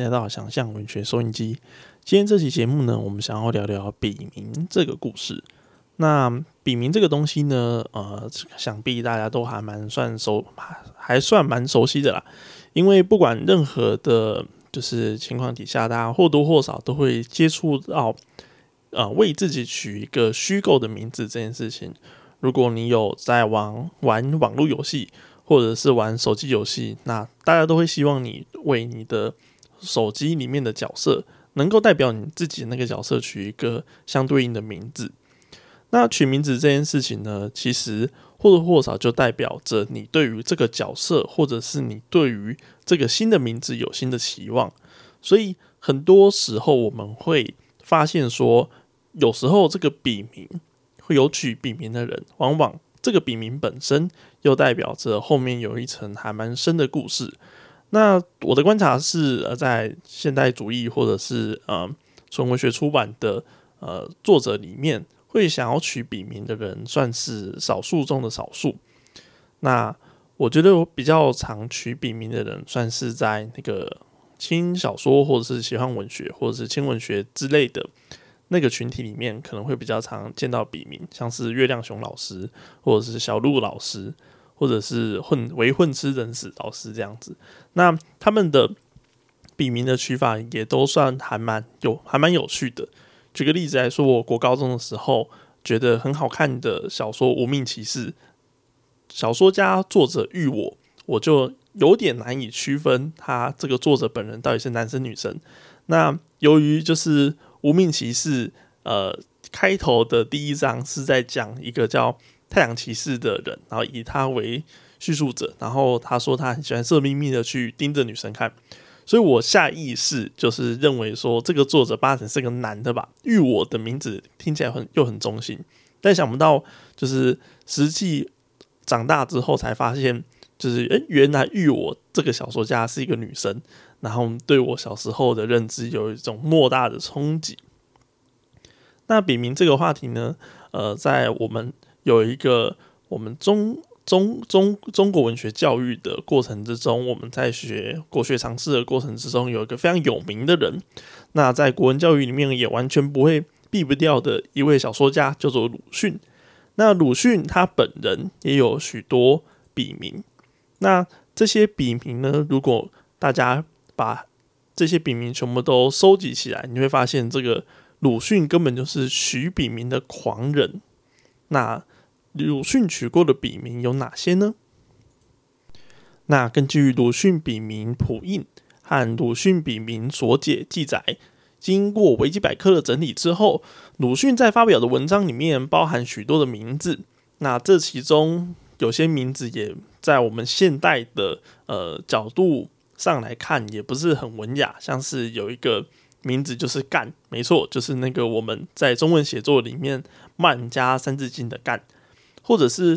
来到想象文学收音机。今天这期节目呢，我们想要聊聊笔名这个故事。那笔名这个东西呢，想必大家都还算蛮熟悉的啦。因为不管任何的，就是情况底下，大家或多或少都会接触到，为自己取一个虚构的名字这件事情。如果你有在玩网络游戏，或者是玩手机游戏，那大家都会希望你为你的手机里面的角色能够代表你自己的那个角色取一个相对应的名字。那取名字这件事情呢，其实或多或少就代表着你对于这个角色，或者是你对于这个新的名字有新的期望。所以很多时候我们会发现说，有时候这个笔名会有取笔名的人，往往这个笔名本身又代表着后面有一层还蛮深的故事。那我的观察是，在现代主义或者是纯文学出版的作者里面，会想要取笔名的人算是少数中的少数。那我觉得我比较常取笔名的人，算是在那个轻小说或者是奇幻文学或者是轻文学之类的那个群体里面，可能会比较常见到笔名，像是月亮熊老师，或者是小鹿老师，或者是为混吃等死老师这样子。那他们的笔名的取法也都算还蛮有趣的。举个例子来说，我国高中的时候觉得很好看的小说《无名骑士》，小说家作者玉我就有点难以区分他这个作者本人到底是男生女生。那由于就是《无名骑士》开头的第一章是在讲一个叫太阳骑士的人，然后以他为叙述者，然后他说他很喜欢色眯眯的去盯着女生看。所以我下意识就是认为说，这个作者八成是个男的吧？玉我的名字听起来又很中性，但想不到就是实际长大之后才发现，就是原来玉我这个小说家是一个女生，然后对我小时候的认知有一种莫大的冲击。那笔名这个话题呢，在我们有一个我们中国文学教育的过程之中，我们在学国学常识的过程之中，有一个非常有名的人，那在国文教育里面也完全不会避不掉的一位小说家，叫做鲁迅。那鲁迅他本人也有许多笔名，那这些笔名呢，如果大家把这些笔名全部都收集起来，你会发现这个鲁迅根本就是取笔名的狂人。那鲁迅取过的笔名有哪些呢？那根据鲁迅笔名谱印和鲁迅笔名所解记载，经过维基百科的整理之后，鲁迅在发表的文章里面包含许多的名字。那这其中有些名字也在我们现代的角度上来看，也不是很文雅，像是有一个名字就是干，没错，就是那个我们在中文写作里面慢加三字经的干。或者是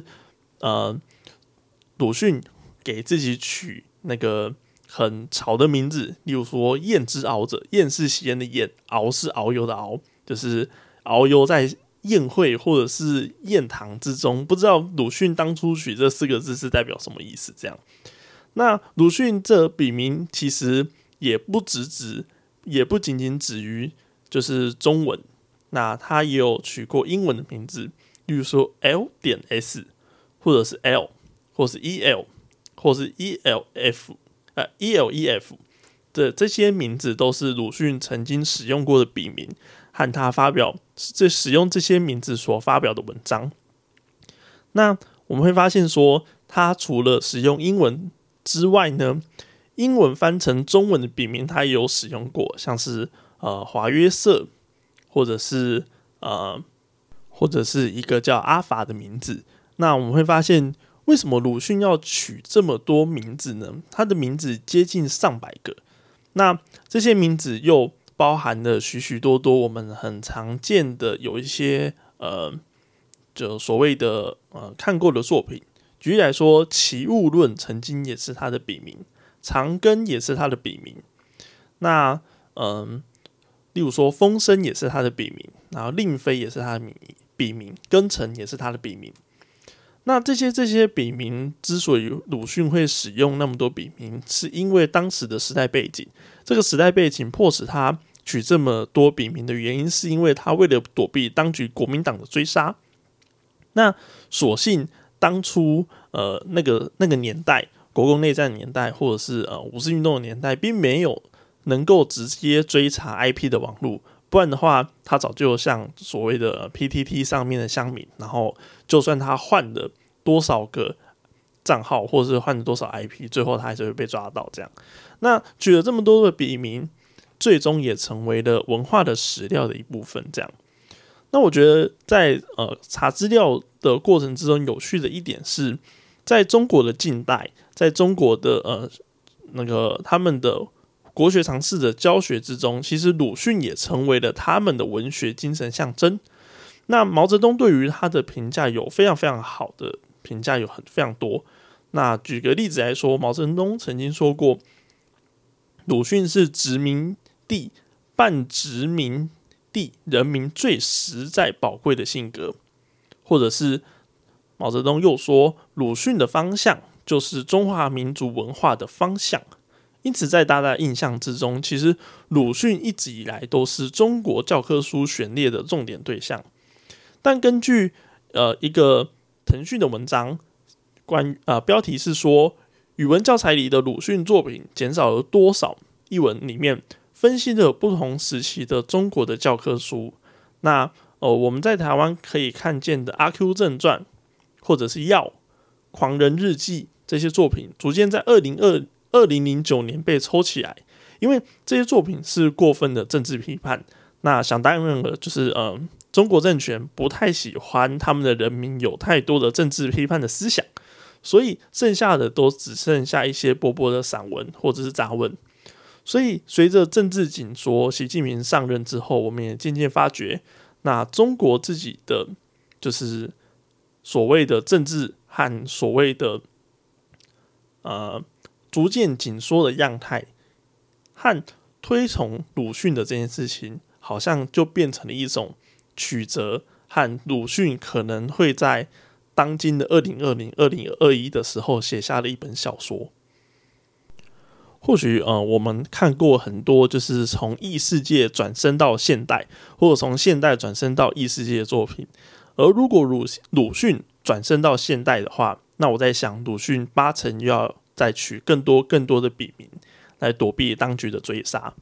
鲁迅给自己取那个很潮的名字，例如说宴之遨者，宴是喜宴的宴，遨是遨游的遨，就是遨游在宴会或者是宴堂之中。不知道鲁迅当初取这4个字是代表什么意思这样。那鲁迅这笔名其实也不仅仅止于就是中文，那他也有取过英文的名字，例如说 L.S 或者是 L 或是 EL 或是 ELF ELEF 这些名字都是鲁迅曾经使用过的笔名，和他使用这些名字所发表的文章。那我们会发现说，他除了使用英文之外呢，英文翻成中文的笔名他也有使用过，像是华约瑟，或者是一个叫阿法的名字。那我们会发现，为什么鲁迅要取这么多名字呢？他的名字接近上百个，那这些名字又包含了许许多多我们很常见的有一些就所谓的看过的作品。举例来说，《齐物论》曾经也是他的笔名，《长庚》也是他的笔名。那例如说《风声》也是他的笔名，然后《令妃》也是他的笔名，《庚辰》也是他的笔名。 那这些笔名之所以鲁迅会使用那么多笔名，是因为当时的时代背景。这个时代背景迫使他取这么多笔名的原因，是因为他为了躲避当局国民党的追杀。那所幸当初那个年代，国共内战的年代，或者是五四运动的年代，并没有能够直接追查 IP 的网络。不然的话，他早就像所谓的 PTT 上面的乡民，然后就算他换了多少个账号，或者是换了多少 IP， 最后他还是会被抓到这样。那取了这么多的笔名，最终也成为了文化的史料的一部分这样。那我觉得在查资料的过程之中，有趣的一点是，在中国的近代，在中国的他们的国学常识的教学之中，其实鲁迅也成为了他们的文学精神象征。那毛泽东对于他的评价有非常非常好的评价，有非常多。那举个例子来说，毛泽东曾经说过，鲁迅是殖民地半殖民地人民最实在宝贵的性格，或者是毛泽东又说，鲁迅的方向就是中华民族文化的方向。因此在大家印象之中，其实鲁迅一直以来都是中国教科书选列的重点对象。但根据一个腾讯的文章，标题是说语文教材里的鲁迅作品减少了多少，一文里面分析了不同时期的中国的教科书。那我们在台湾可以看见的《阿 Q 正传》或者是《药》《狂人日记》这些作品，逐渐在2009年被抽起来，因为这些作品是过分的政治批判。那想当然了，就是中国政权不太喜欢他们的人民有太多的政治批判的思想，所以剩下的都只剩下一些薄薄的散文或者是杂文。所以随着政治紧缩，习近平上任之后，我们也渐渐发觉，那中国自己的就是所谓的政治和所谓的逐渐紧缩的样态，和推崇鲁迅的这件事情，好像就变成了一种曲折，和鲁迅可能会在当今的2020、2021的时候写下了一本小说。或许我们看过很多就是从异世界转身到现代，或者从现代转身到异世界的作品。而如果鲁迅转身到现代的话，那我在想，鲁迅80%又要再取更多的笔名来躲避当局的追杀。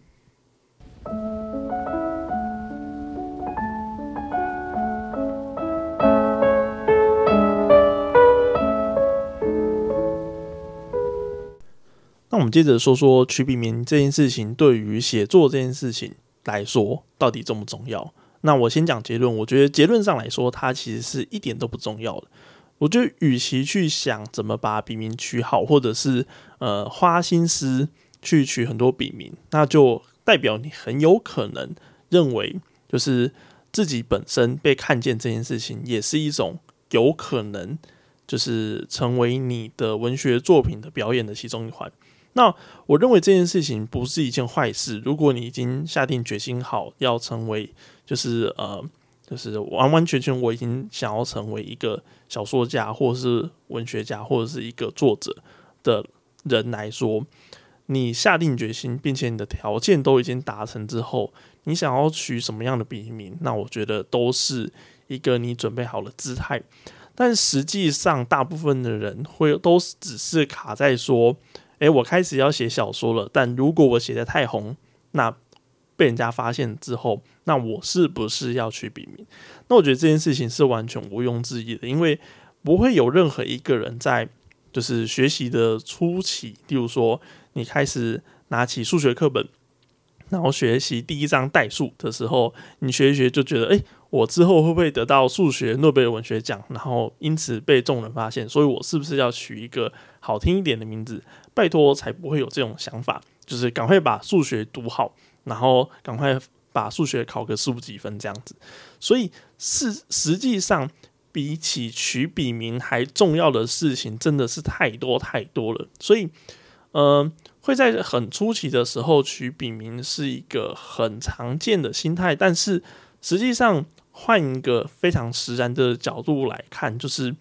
那我们接着说说取笔名这件事情对于写作这件事情来说到底重不重要。那我先讲结论，我觉得结论上来说它其实是一点都不重要的。我觉得与其去想怎么把笔名取好，或者是花心思去取很多笔名，那就代表你很有可能认为就是自己本身被看见这件事情也是一种有可能就是成为你的文学作品的表演的其中一环。那我认为这件事情不是一件坏事，如果你已经下定决心好要成为就是完完全全我已经想要成为一个小说家或者是文学家或者是一个作者的人来说，你下定决心并且你的条件都已经达成之后，你想要取什么样的笔名，那我觉得都是一个你准备好的姿态。但实际上大部分的人都只是卡在说我开始要写小说了，但如果我写得太红，那被人家发现之后，那我是不是要取笔名？那我觉得这件事情是完全毋庸置疑的，因为不会有任何一个人在就是学习的初期，例如说你开始拿起数学课本，然后学习第一章代数的时候，你学一学就觉得我之后会不会得到数学诺贝尔文学奖，然后因此被众人发现，所以我是不是要取一个好听一点的名字？拜托，才不会有这种想法，就是赶快把数学读好，然后赶快把数学考个15几分这样子。所以实际上比起取笔名还重要的事情真的是太多太多了，所以会在很初期的时候取笔名是一个很常见的心态，但是实际上换一个非常实然的角度来看，就是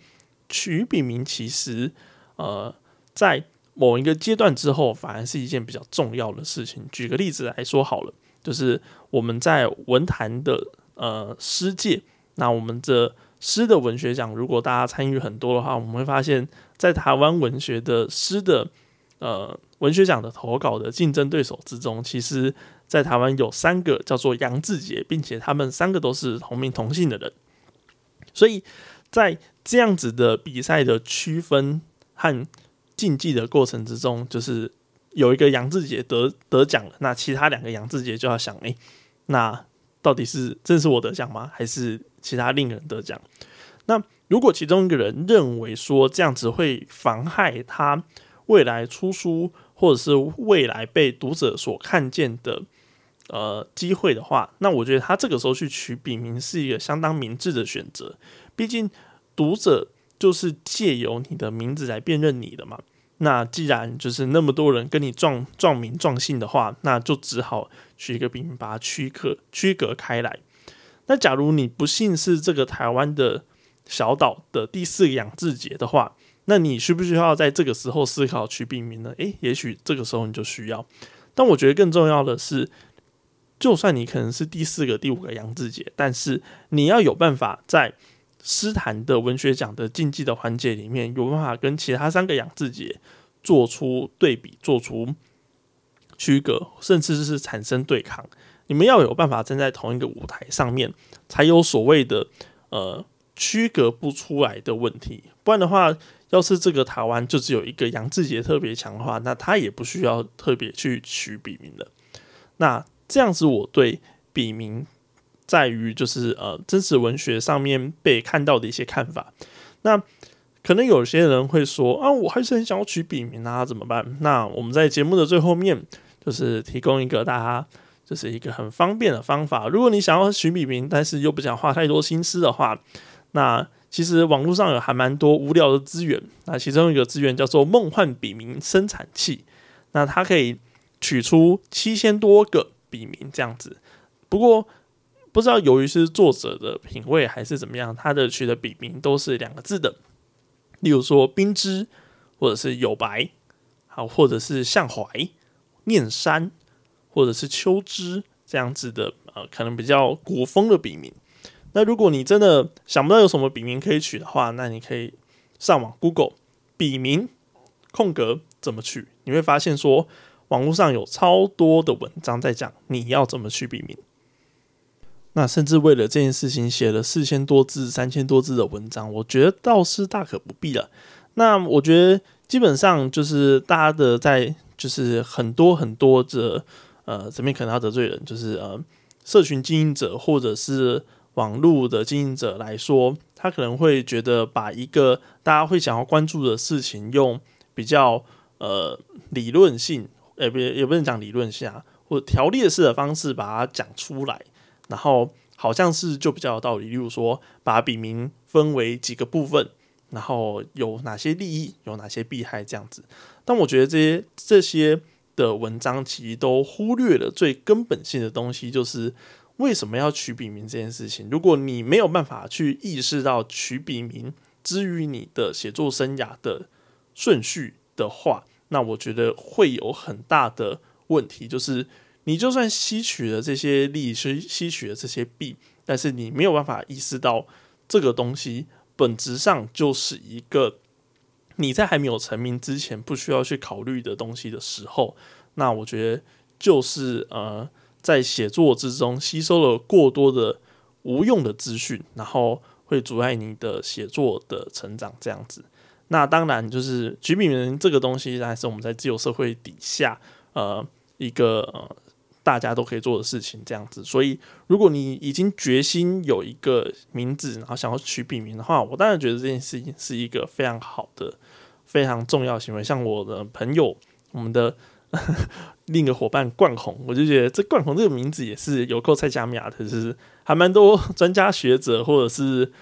取笔名其实在某一个阶段之后，反而是一件比较重要的事情。举个例子来说好了，就是我们在文坛的诗界，那我们这诗的文学奖，如果大家参与很多的话，我们会发现，在台湾文学的诗的文学奖的投稿的竞争对手之中，其实在台湾有3个叫做杨志杰，并且他们3个都是同名同姓的人，所以在这样子的比赛的区分和竞技的过程之中，就是有一个杨志杰得奖了，那其他2个杨志杰就要想，那到底是真是我得奖吗？还是其他另一个人得奖？那如果其中一个人认为说这样子会妨害他未来出书，或者是未来被读者所看见的机会的话，那我觉得他这个时候去取笔名是一个相当明智的选择。毕竟读者就是借由你的名字来辨认你的嘛。那既然就是那么多人跟你撞名撞姓的话，那就只好取一个笔名把它区隔开来。那假如你不幸是这个台湾的小岛的第4个杨志杰的话，那你需不需要在这个时候思考取笔名呢？也许这个时候你就需要。但我觉得更重要的是，就算你可能是第4个、第5个杨志杰，但是你要有办法在诗坛的文学奖的竞技的环节里面，有办法跟其他3个杨志杰做出对比，做出区隔，甚至是产生对抗。你们要有办法站在同一个舞台上面，才有所谓的区隔不出来的问题。不然的话，要是这个台湾就只有一个杨志杰特别强的话，那他也不需要特别去取笔名的。那这样子，我对笔名在于就是真实文学上面被看到的一些看法。那可能有些人会说我还是很想要取笔名啊，怎么办？那我们在节目的最后面就是提供一个大家就是一个很方便的方法。如果你想要取笔名，但是又不想花太多心思的话，那其实网络上有还蛮多无聊的资源。那其中一个资源叫做梦幻笔名生产器，那它可以取出7000多个笔名这样子。不过不知道由于是作者的品味还是怎么样，他的取的笔名都是2个字的，例如说冰之，或者是有白，好，或者是向怀、念山，或者是秋之这样子的可能比较古风的笔名。那如果你真的想不到有什么笔名可以取的话，那你可以上网 Google 笔名空格怎么取，你会发现说网络上有超多的文章在讲你要怎么取笔名。那甚至为了这件事情写了4000多字、3000多字的文章，我觉得倒是大可不必了。那我觉得基本上就是大家的在就是很多的这边可能要得罪人，就是社群经营者或者是网络的经营者来说，他可能会觉得把一个大家会想要关注的事情用比较理论性，也不能讲理论性啊，或条列式的方式把它讲出来，然后好像是就比较有道理。例如说，把笔名分为几个部分，然后有哪些利益，有哪些弊害这样子。但我觉得这些的文章其实都忽略了最根本性的东西，就是为什么要取笔名这件事情。如果你没有办法去意识到取笔名之于你的写作生涯的顺序的话，那我觉得会有很大的问题，就是你就算吸取了这些利，吸取了这些弊，但是你没有办法意识到这个东西本质上就是一个你在还没有成名之前不需要去考虑的东西的时候，那我觉得就是在写作之中吸收了过多的无用的资讯，然后会阻碍你的写作的成长这样子。那当然就是取笔名这个东西还是我们在自由社会底下一个大家都可以做的事情这样子。所以如果你已经决心有一个名字，然后想要取笔名的话，我当然觉得这件事情是一个非常好的非常重要的行为。像我的朋友，我们的另一个伙伴冠宏，我就觉得这冠宏这个名字也是有够菜加米亚的，就是还蛮多专家学者或者是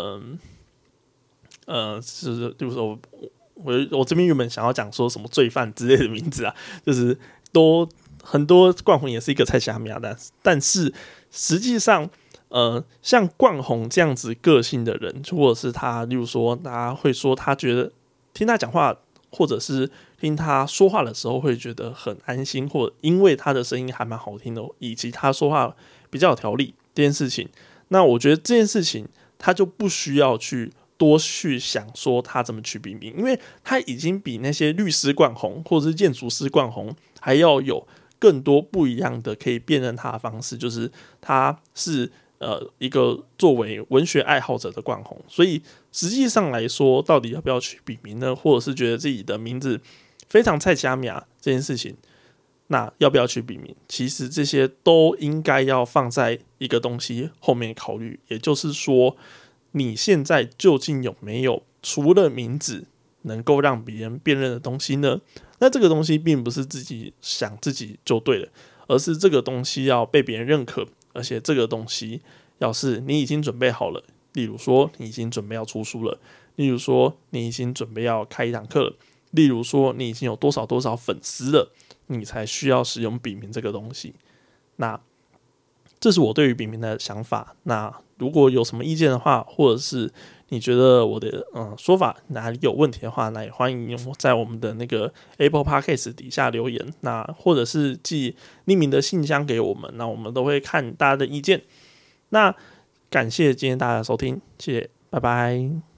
就是比如说我这边原本想要讲说什么罪犯之类的名字啊，就是都很多冠宏也是一个菜加米亚，但是实际上像冠宏这样子个性的人，或者是他，例如说，大家会说他觉得听他讲话，或者是听他说话的时候会觉得很安心，或者因为他的声音还蛮好听的，以及他说话比较有条理这件事情，那我觉得这件事情他就不需要多去想说他怎么取笔名，因为他已经比那些律师冠宏或者是建筑师冠宏还要有更多不一样的可以辨认他的方式，就是他是一个作为文学爱好者的冠宏，所以实际上来说，到底要不要取笔名呢？或者是觉得自己的名字非常菜加米这件事情，那要不要取笔名？其实这些都应该要放在一个东西后面考虑，也就是说，你现在究竟有没有除了名字能够让别人辨认的东西呢？那这个东西并不是自己想自己就对了，而是这个东西要被别人认可。而且这个东西要是你已经准备好了，例如说你已经准备要出书了，例如说你已经准备要开一堂课了，例如说你已经有多少多少粉丝了，你才需要使用笔名这个东西。那这是我对于笔名的想法。那如果有什么意见的话，或者是你觉得我的说法哪里有问题的话，那也欢迎在我们的那个 Apple Podcast 底下留言，那或者是寄匿名的信箱给我们，那我们都会看大家的意见。那感谢今天大家的收听，谢谢，拜拜。